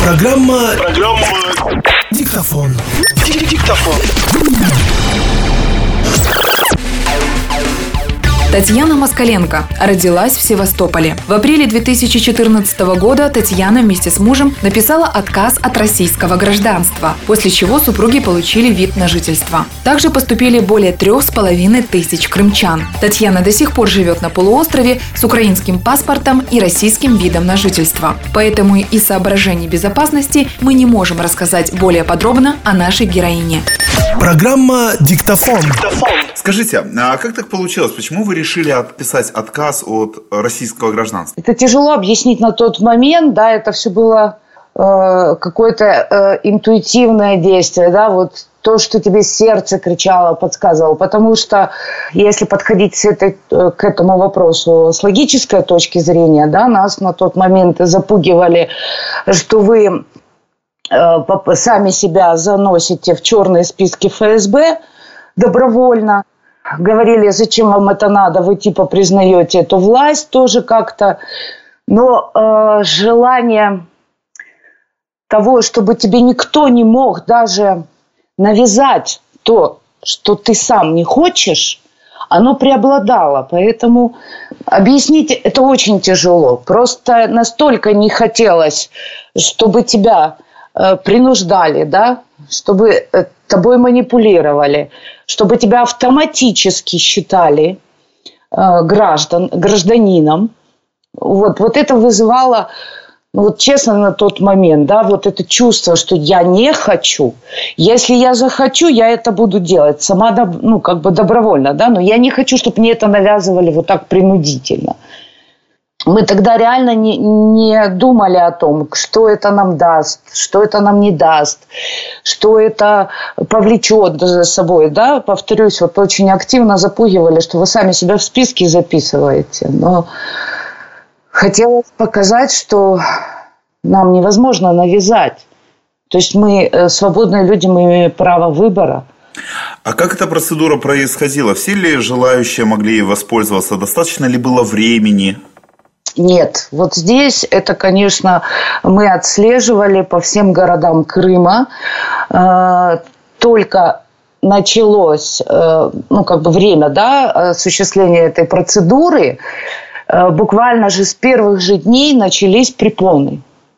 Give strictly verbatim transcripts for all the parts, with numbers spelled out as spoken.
Программа... Программа... Диктофон. Диктофон. Татьяна Москаленко родилась в Севастополе. В апреле две тысячи четырнадцатого года Татьяна вместе с мужем написала отказ от российского гражданства, после чего супруги получили вид на жительство. Также поступили более трех с половиной тысяч крымчан. Татьяна до сих пор живет на полуострове с украинским паспортом и российским видом на жительство. Поэтому из соображений безопасности мы не можем рассказать более подробно о нашей героине. Программа «Диктофон». Скажите, а как так получилось? Почему вы решили отписать отказ от российского гражданства? Это тяжело объяснить на тот момент, да, это все было э, какое-то э, интуитивное действие, да, вот то, что тебе сердце кричало, подсказывало. Потому что если подходить с этой, к этому вопросу с логической точки зрения, да, нас на тот момент запугивали, что вы э, сами себя заносите в черные списки эф эс бэ добровольно. Говорили, зачем вам это надо, вы типа признаете эту власть тоже как-то. Но э, желание того, чтобы тебе никто не мог даже навязать то, что ты сам не хочешь, оно преобладало. Поэтому объяснить это очень тяжело. Просто настолько не хотелось, чтобы тебя э, принуждали, да, чтобы э, тобой манипулировали, чтобы тебя автоматически считали э, граждан, гражданином. Вот, вот это вызывало, ну, вот честно, на тот момент, да, вот это чувство, что я не хочу. Если я захочу, я это буду делать сама, ну, как бы добровольно, да, но я не хочу, чтобы мне это навязывали вот так принудительно. Мы тогда реально не, не думали о том, что это нам даст, что это нам не даст, что это повлечет за собой. Да? Повторюсь, вот очень активно запугивали, что вы сами себя в списке записываете. Но хотелось показать, что нам невозможно навязать. То есть мы свободные люди, мы имеем право выбора. А как эта процедура происходила? Все ли желающие могли ей воспользоваться? Достаточно ли было времени? Нет, вот здесь это, конечно, мы отслеживали по всем городам Крыма. Только началось, ну, как бы время, да, осуществления этой процедуры, буквально же с первых же дней начались препоны.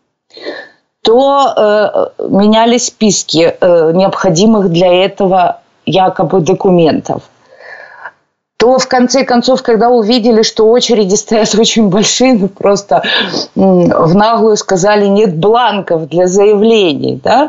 То менялись списки необходимых для этого якобы документов. То в конце концов, когда увидели, что очереди стоят очень большие, ну, просто в наглую сказали, нет бланков для заявлений, да?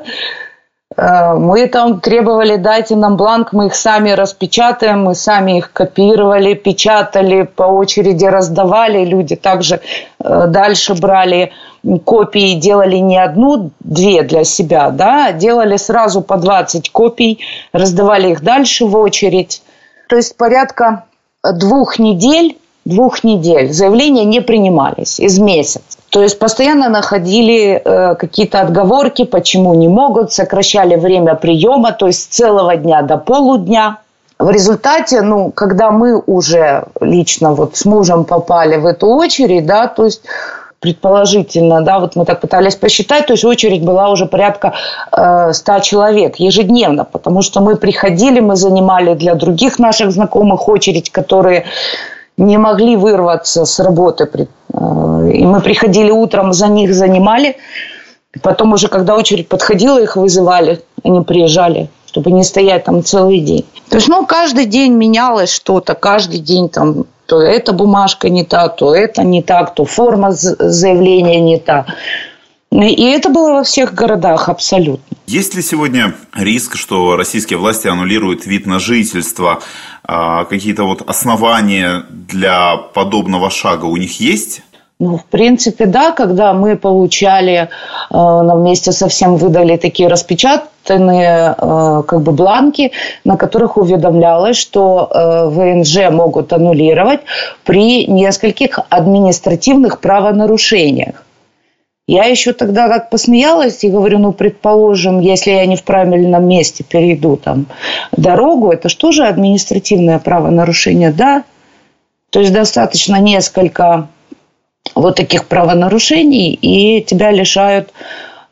Мы там требовали, дайте нам бланк, мы их сами распечатаем, мы сами их копировали, печатали, по очереди раздавали, люди также дальше брали копии, делали не одну, две для себя, да, делали сразу по двадцать копий, раздавали их дальше в очередь. То есть порядка двух недель, двух недель заявления не принимались из месяца. То есть постоянно находили э, какие-то отговорки, почему не могут, сокращали время приема, то есть с целого дня до полудня. В результате, ну, когда мы уже лично вот с мужем попали в эту очередь, да, то есть предположительно, да, вот мы так пытались посчитать, то есть очередь была уже порядка э, ста человек ежедневно, потому что мы приходили, мы занимали для других наших знакомых очередь, которые не могли вырваться с работы, э, и мы приходили утром, за них занимали, потом уже, когда очередь подходила, их вызывали, они приезжали, чтобы не стоять там целый день. То есть, ну, каждый день менялось что-то, каждый день там то эта бумажка не та, то это не так, то форма заявления не та. И это было во всех городах абсолютно. Есть ли сегодня риск, что российские власти аннулируют вид на жительство? Какие-то вот основания для подобного шага у них есть? Ну, в принципе, да, когда мы получали, нам вместе со всем выдали такие распечатанные как бы бланки, на которых уведомлялось, что вэ эн жэ могут аннулировать при нескольких административных правонарушениях. Я еще тогда как посмеялась и говорю, ну, предположим, если я не в правильном месте перейду там дорогу, это что же административное правонарушение? Да, то есть достаточно несколько вот таких правонарушений, и тебя лишают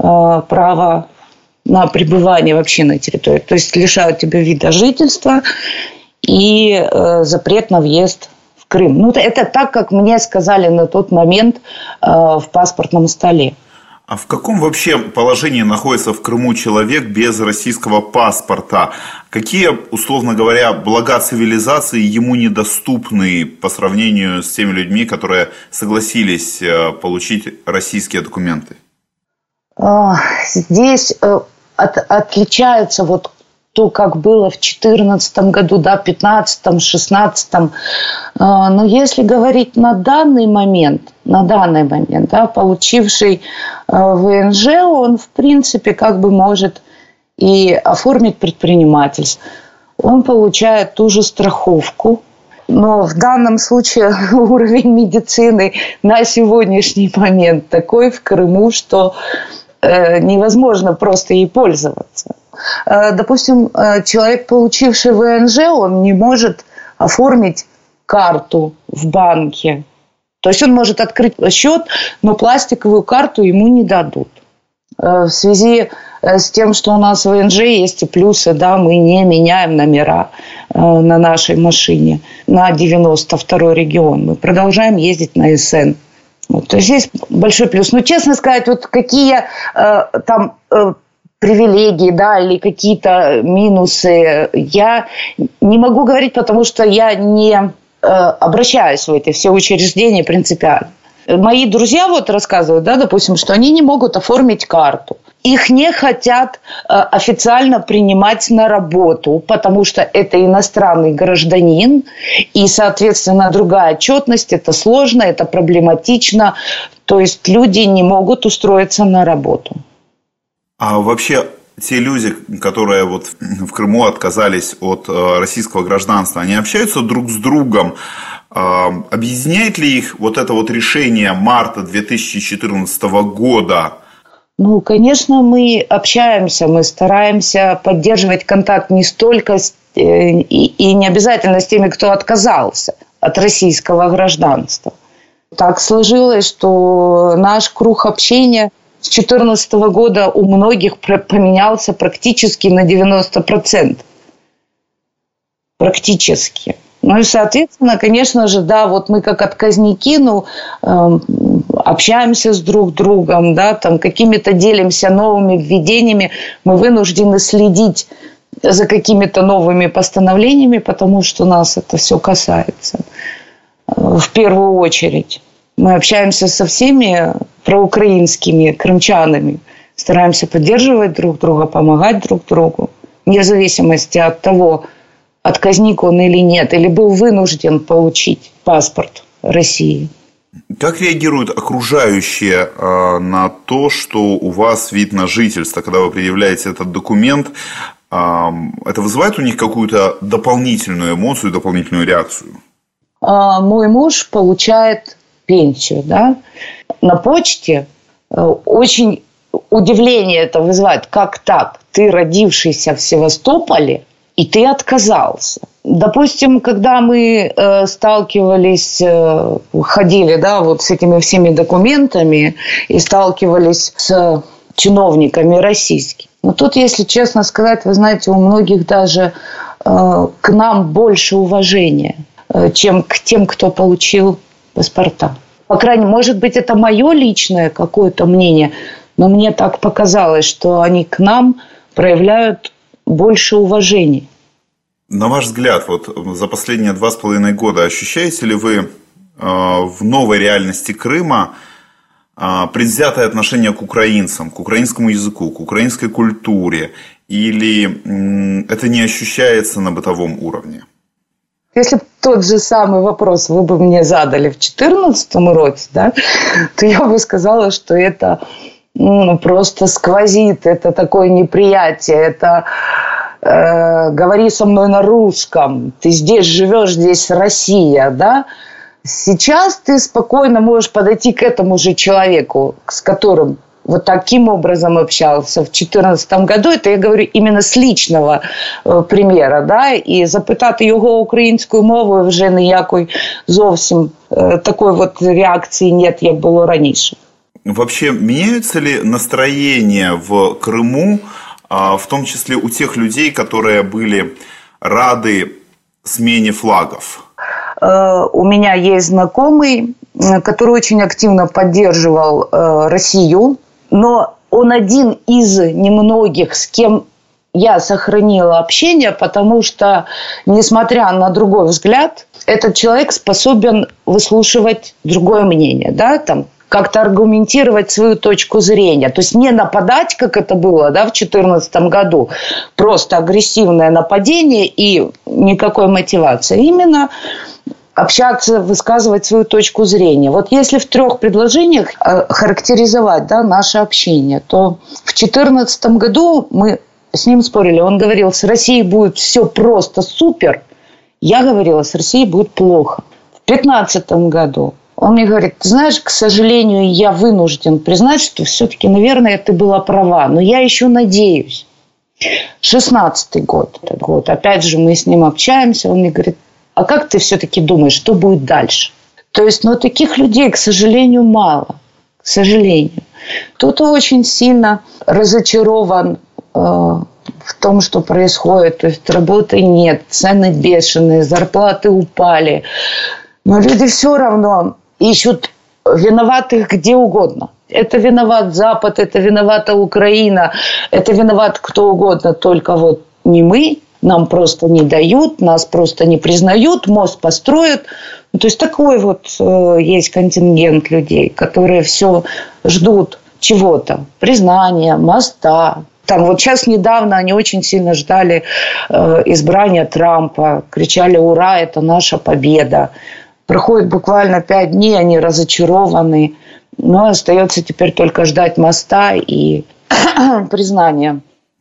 э, права на пребывание вообще на территории. То есть лишают тебя вида жительства и э, запрет на въезд в Крым. Ну, это так, как мне сказали на тот момент э, в паспортном столе. А в каком вообще положении находится в Крыму человек без российского паспорта? Какие, условно говоря, блага цивилизации ему недоступны по сравнению с теми людьми, которые согласились получить российские документы? Здесь от, отличается вот то, как было в две тысячи четырнадцатом году, да, в две тысячи пятнадцатом, две тысячи шестнадцатом. Но если говорить на данный момент, на данный момент, да, получивший ВНЖ, он, в принципе, как бы может и оформить предпринимательство. Он получает ту же страховку. Но в данном случае уровень медицины на сегодняшний момент такой в Крыму, что невозможно просто ей пользоваться. Допустим, человек, получивший ВНЖ, он не может оформить карту в банке. То есть он может открыть счет, но пластиковую карту ему не дадут. В связи с тем, что у нас в ВНЖ есть и плюсы, да, мы не меняем номера на нашей машине на девяносто второй регион. Мы продолжаем ездить на СН. Вот, то есть есть большой плюс. Но, честно сказать, вот какие э, там э, привилегии, да, или какие-то минусы, я не могу говорить, потому что я не э, обращаюсь в эти все учреждения принципиально. Мои друзья вот рассказывают, да, допустим, что они не могут оформить карту. Их не хотят э, официально принимать на работу, потому что это иностранный гражданин, и, соответственно, другая отчетность, это сложно, это проблематично, то есть люди не могут устроиться на работу. А вообще те люди, которые вот в Крыму отказались от российского гражданства, они общаются друг с другом? Объединяет ли их вот это вот решение марта две тысячи четырнадцатого года? Ну, конечно, мы общаемся, мы стараемся поддерживать контакт не столько с, и, и не обязательно с теми, кто отказался от российского гражданства. Так сложилось, что наш круг общения с две тысячи четырнадцатого года у многих поменялся практически на девяносто процентов. Практически. Ну и, соответственно, конечно же, да, вот мы как отказники, ну, э, общаемся с друг другом, да, там какими-то делимся новыми введениями, мы вынуждены следить за какими-то новыми постановлениями, потому что нас это все касается э, в первую очередь. Мы общаемся со всеми проукраинскими крымчанами, стараемся поддерживать друг друга, помогать друг другу, вне зависимости от того, отказник он или нет, или был вынужден получить паспорт России. Как реагируют окружающие э, на то, что у вас вид на жительство, когда вы предъявляете этот документ? Э, это вызывает у них какую-то дополнительную эмоцию, дополнительную реакцию? Э, мой муж получает пенсию, да? На почте э, очень удивление это вызывает. Как так? Ты, родившийся в Севастополе, и ты отказался. Допустим, когда мы э, сталкивались, э, ходили, да, вот с этими всеми документами и сталкивались с чиновниками российскими. Но тут, если честно сказать, вы знаете, у многих даже э, к нам больше уважения, э, чем к тем, кто получил паспорта. По крайней мере, может быть, это мое личное какое-то мнение, но мне так показалось, что они к нам проявляют больше уважения. На ваш взгляд, вот за последние два с половиной года ощущаете ли вы э, в новой реальности Крыма э, предвзятое отношение к украинцам, к украинскому языку, к украинской культуре, или э, это не ощущается на бытовом уровне? Если бы тот же самый вопрос вы бы мне задали в две тысячи четырнадцатом роце, да, то я бы сказала, что это ну, просто сквозит, это такое неприятие, это э, говори со мной на русском, ты здесь живешь, здесь Россия, да. Сейчас ты спокойно можешь подойти к этому же человеку, с которым вот таким образом общался в две тисячі чотирнадцятому году, это я говорю именно з личного э, примера, да, і запитати його українською мовою вже ніякої зовсім э, такої от реакції нет, як було раніше. вообще меняются ли настроения в Крыму, в том числе у тех людей, которые были рады смене флагов? У меня есть знакомый, который очень активно поддерживал Россию, но он один из немногих, с кем я сохранила общение, потому что, несмотря на другой взгляд, этот человек способен выслушивать другое мнение, да, там, как-то аргументировать свою точку зрения. То есть не нападать, как это было, да, в две тысячи четырнадцатом году, просто агрессивное нападение и никакой мотивации. Именно общаться, высказывать свою точку зрения. Вот если в трех предложениях характеризовать, да, наше общение, то в две тысячи четырнадцатом году мы с ним спорили. Он говорил, с Россией будет все просто супер. Я говорила, с Россией будет плохо. В две тысячи пятнадцатом году он мне говорит, ты знаешь, к сожалению, я вынужден признать, что все-таки, наверное, ты была права, но я еще надеюсь. шестнадцатый год, этот год, опять же, мы с ним общаемся, он мне говорит, а как ты все-таки думаешь, что будет дальше? То есть, ну, таких людей, к сожалению, мало, к сожалению. Кто-то очень сильно разочарован э, в том, что происходит, то есть, работы нет, цены бешеные, зарплаты упали, но люди все равно ищут виноватых где угодно. Это виноват Запад, это виновата Украина, это виноват кто угодно, только вот не мы. Нам просто не дают, нас просто не признают, мост построят. Ну, то есть такой вот э, есть контингент людей, которые все ждут чего-то, признания, моста. Там вот сейчас недавно они очень сильно ждали э, избрания Трампа, кричали «Ура, это наша победа!». Проходит буквально пять дней, они разочарованы. Но остается теперь только ждать моста и признания.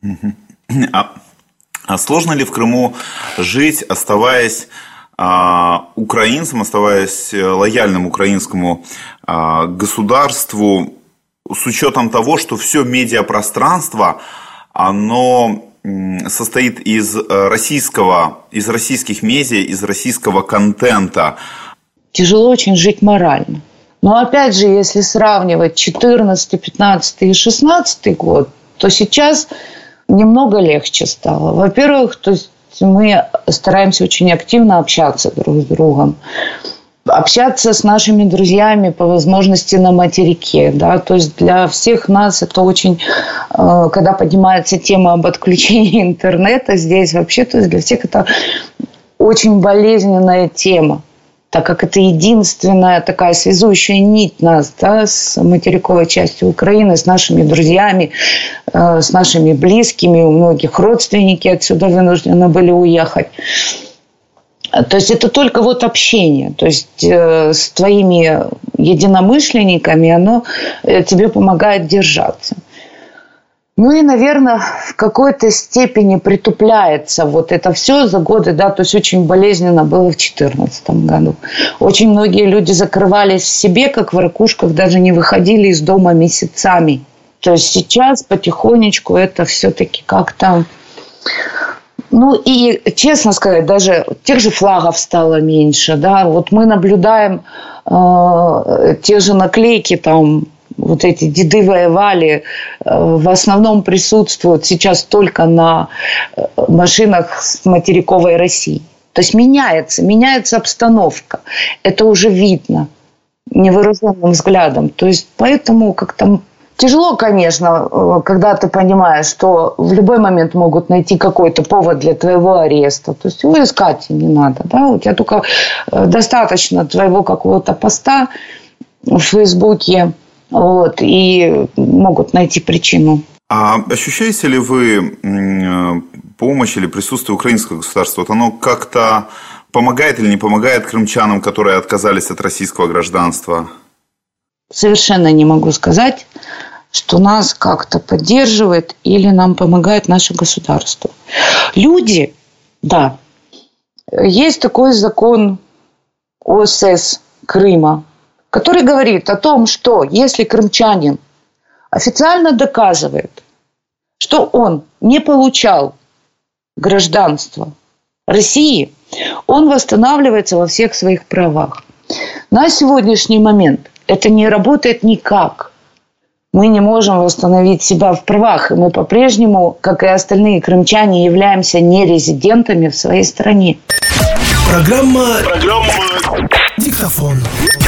А, а сложно ли в Крыму жить, оставаясь а, украинцем, оставаясь лояльным украинскому а, государству, с учетом того, что все медиапространство, оно состоит из российского, из российских медиа, из российского контента? Тяжело очень жить морально. Но опять же, если сравнивать четырнадцатый, пятнадцатый и шестнадцатый год, то сейчас немного легче стало. Во-первых, то есть мы стараемся очень активно общаться друг с другом. Общаться с нашими друзьями по возможности на материке. Да? То есть для всех нас это очень... Когда поднимается тема об отключении интернета здесь вообще, то есть для всех это очень болезненная тема, так как это единственная такая связующая нить нас, да, с материковой частью Украины, с нашими друзьями, э, с нашими близкими. У многих родственники отсюда вынуждены были уехать. То есть это только вот общение. То есть э, с твоими единомышленниками оно э, тебе помогает держаться. Ну и, наверное, в какой-то степени притупляется вот это все за годы, да, то есть очень болезненно было в две тысячи четырнадцатом году. Очень многие люди закрывались в себе, как в ракушках, даже не выходили из дома месяцами. То есть сейчас потихонечку это все-таки как-то... Ну и, честно сказать, даже тех же флагов стало меньше, да. Вот мы наблюдаем э, те же наклейки там, вот эти «Деды воевали», в основном присутствуют сейчас только на машинах с материковой России. То есть меняется, меняется обстановка. Это уже видно невооруженным взглядом. То есть поэтому как-то тяжело, конечно, когда ты понимаешь, что в любой момент могут найти какой-то повод для твоего ареста. То есть его искать не надо. Да? У тебя только достаточно твоего какого-то поста в Фейсбуке, вот, и могут найти причину. А ощущаете ли вы помощь или присутствие украинского государства? Вот оно как-то помогает или не помогает крымчанам, которые отказались от российского гражданства? Совершенно не могу сказать, что нас как-то поддерживает или нам помогает наше государство. Люди, да, есть такой закон ОСС Крыма, который говорит о том, что если крымчанин официально доказывает, что он не получал гражданство России, он восстанавливается во всех своих правах. На сегодняшний момент это не работает никак. мы не можем восстановить себя в правах. И мы по-прежнему, как и остальные крымчане, являемся нерезидентами в своей стране. Программа... Программа... Диктофон.